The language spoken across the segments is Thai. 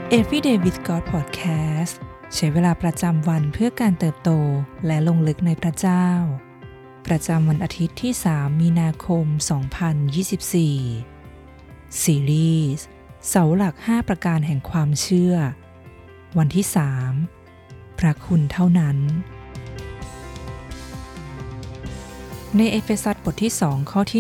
Everyday with God Podcast ใช้เวลาประจำวันเพื่อการเติบโตและลงลึกในพระเจ้าประจำวันอาทิตย์ที่ 3 มีนาคม 2024 ซีรีส์เสาหลัก 5 ประการแห่งความเชื่อวันที่ 3 พระคุณเท่านั้นในเอเฟซัสบทที่ 2 ข้อที่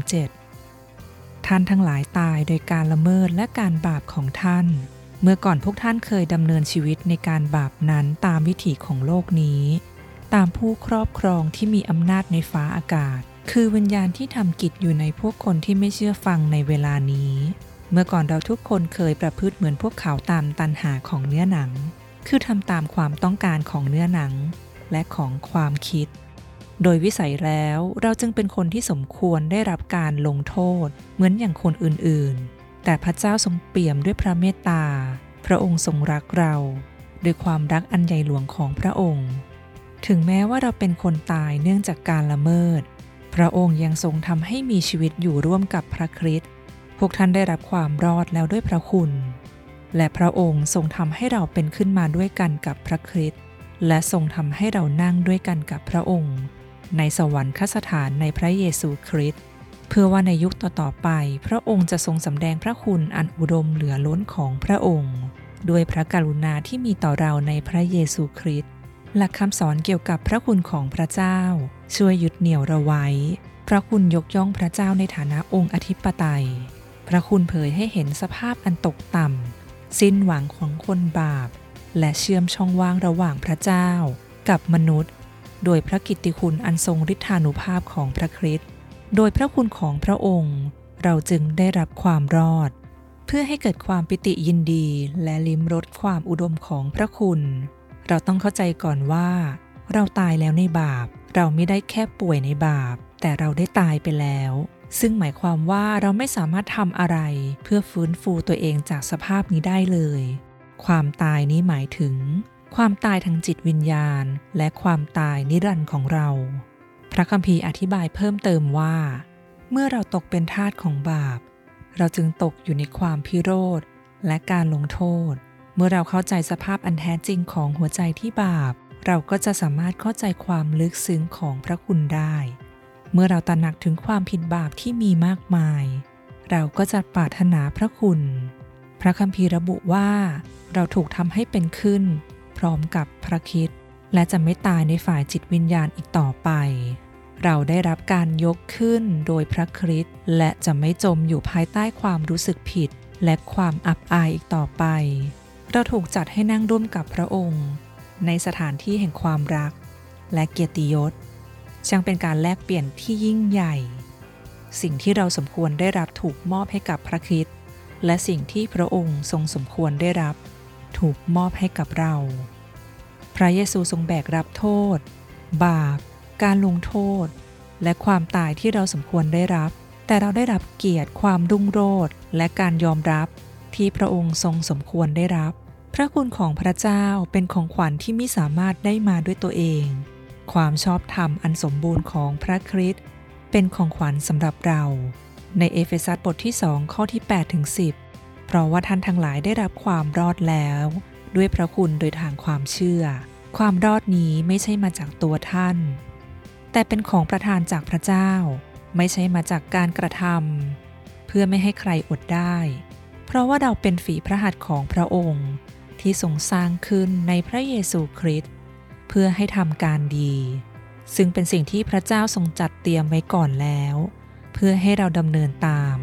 1-7 ท่านทั้งหลายตายโดยการละเมิดและการบาปของท่านเมื่อก่อนพวกท่านเคยดำเนินชีวิตในการบาปนั้นตามวิถีของโลกนี้ตามผู้ครอบครองที่มีอำนาจในฟ้าอากาศคือวิญญาณที่ทำกิจอยู่ในพวกคนที่ไม่เชื่อฟังในเวลานี้เมื่อก่อนเราทุกคนเคยประพฤติเหมือนพวกเขาตามตัณหาของเนื้อหนังคือทำตามความต้องการของเนื้อหนังและของความคิดโดยวิสัยแล้วเราจึงเป็นคนที่สมควรได้รับการลงโทษเหมือนอย่างคนอื่นๆแต่พระเจ้าทรงเปี่ยมด้วยพระเมตตาพระองค์ทรงรักเราด้วยความรักอันใหญ่หลวงของพระองค์ถึงแม้ว่าเราเป็นคนตายเนื่องจากการละเมิดพระองค์ยังทรงทำให้มีชีวิตอยู่ร่วมกับพระคริสต์พวกท่านได้รับความรอดแล้วด้วยพระคุณและพระองค์ทรงทำให้เราเป็นขึ้นมาด้วยกันกับพระคริสต์และทรงทำให้เรานั่งด้วยกันกับพระองค์ในสวรรคสถานในพระเยซูคริสต์เพื่อว่าในยุคต่อๆไปพระองค์จะทรงสำแดงพระคุณอันอุดมเหลือล้นของพระองค์ด้วยพระกรุณาที่มีต่อเราในพระเยซูคริสต์หลักคำสอนเกี่ยวกับพระคุณของพระเจ้าช่วยยึดเหนี่ยวเราไว้พระคุณยกย่องพระเจ้าในฐานะองค์อธิปไตยพระคุณเผยให้เห็นสภาพอันตกต่ำสิ้นหวังของคนบาปและเชื่อมช่องว่างระหว่างพระเจ้ากับมนุษย์โดยพระกิตติคุณอันทรงฤทธานุภาพของพระคริสต์โดยพระคุณของพระองค์เราจึงได้รับความรอดเพื่อให้เกิดความปิติยินดีและลิ้มรสความอุดมของพระคุณเราต้องเข้าใจก่อนว่าเราตายแล้วในบาปเราไม่ได้แค่ป่วยในบาปแต่เราได้ตายไปแล้วซึ่งหมายความว่าเราไม่สามารถทำอะไรเพื่อฟื้นฟูตัวเองจากสภาพนี้ได้เลยความตายนี้หมายถึงความตายทางจิตวิญญาณและความตายนิรันดร์ของเราพระคัมภีร์อธิบายเพิ่มเติมว่าเมื่อเราตกเป็นทาสของบาปเราจึงตกอยู่ในความพิโรธและการลงโทษเมื่อเราเข้าใจสภาพอันแท้จริงของหัวใจที่บาปเราก็จะสามารถเข้าใจความลึกซึ้งของพระคุณได้เมื่อเราตระหนักถึงความผิดบาปที่มีมากมายเราก็จะปรารถนาพระคุณพระคัมภีร์ระบุว่าเราถูกทำให้เป็นขึ้นพร้อมกับพระคริสต์และจะไม่ตายในฝ่ายจิตวิญญาณอีกต่อไปเราได้รับการยกขึ้นโดยพระคริสต์และจะไม่จมอยู่ภายใต้ความรู้สึกผิดและความอับอายอีกต่อไปเราถูกจัดให้นั่งร่วมกับพระองค์ในสถานที่แห่งความรักและเกียรติยศช่างเป็นการแลกเปลี่ยนที่ยิ่งใหญ่สิ่งที่เราสมควรได้รับถูกมอบให้กับพระคริสต์และสิ่งที่พระองค์ทรงสมควรได้รับถูกมอบให้กับเราพระเยซูทรงแบกรับโทษบาปการลงโทษและความตายที่เราสมควรได้รับแต่เราได้รับเกียรติความรุ่งโรจน์และการยอมรับที่พระองค์ทรงสมควรได้รับพระคุณของพระเจ้าเป็นของขวัญที่มิสามารถได้มาด้วยตัวเองความชอบธรรมอันสมบูรณ์ของพระคริสต์เป็นของขวัญสำหรับเราในเอเฟซัสบทที่ 2 ข้อที่ 8-10 เพราะว่าท่านทั้งหลายได้รับความรอดแล้วด้วยพระคุณโดยทางความเชื่อความรอดนี้ไม่ใช่มาจากตัวท่านแต่เป็นของประทานจากพระเจ้าไม่ใช่มาจากการกระทำเพื่อไม่ให้ใครอดได้เพราะว่าเราเป็นฝีพระหัตถ์ของพระองค์ที่ทรงสร้างขึ้นในพระเยซูคริสต์เพื่อให้ทำการดีซึ่งเป็นสิ่งที่พระเจ้าทรงจัดเตรียมไว้ก่อนแล้วเพื่อให้เราดำเนินตาม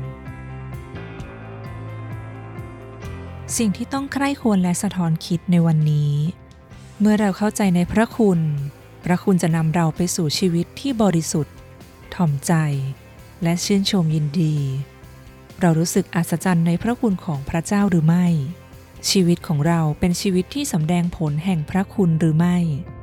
สิ่งที่ต้องใคร่ครวญและสะท้อนคิดในวันนี้เมื่อเราเข้าใจในพระคุณพระคุณจะนำเราไปสู่ชีวิตที่บริสุทธิ์ถ่อมใจและชื่นชมยินดีเรารู้สึกอัศจรรย์ในพระคุณของพระเจ้าหรือไม่ชีวิตของเราเป็นชีวิตที่สำแดงผลแห่งพระคุณหรือไม่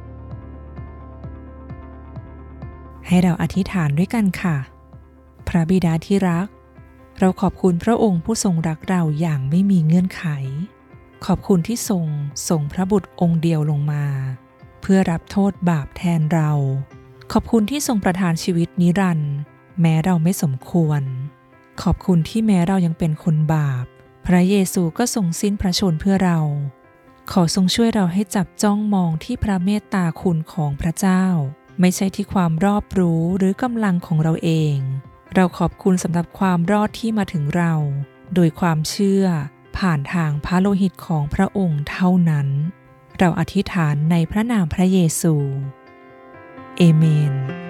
ให้เราอธิษฐานด้วยกันค่ะพระบิดาที่รักเราขอบคุณพระองค์ผู้ทรงรักเราอย่างไม่มีเงื่อนไขขอบคุณที่ทรงส่งพระบุตรองค์เดียวลงมาเพื่อรับโทษบาปแทนเราขอบคุณที่ทรงประทานชีวิตนิรันดร์แม้เราไม่สมควรขอบคุณที่แม้เรายังเป็นคนบาปพระเยซูก็ทรงสิ้นพระชนม์เพื่อเราขอทรงช่วยเราให้จับจ้องมองที่พระเมตตาคุณของพระเจ้าไม่ใช่ที่ความรอบรู้หรือกำลังของเราเองเราขอบคุณสำหรับความรอดที่มาถึงเราโดยความเชื่อผ่านทางพระโลหิตของพระองค์เท่านั้นเราอธิษฐานในพระนามพระเยซูเอเมน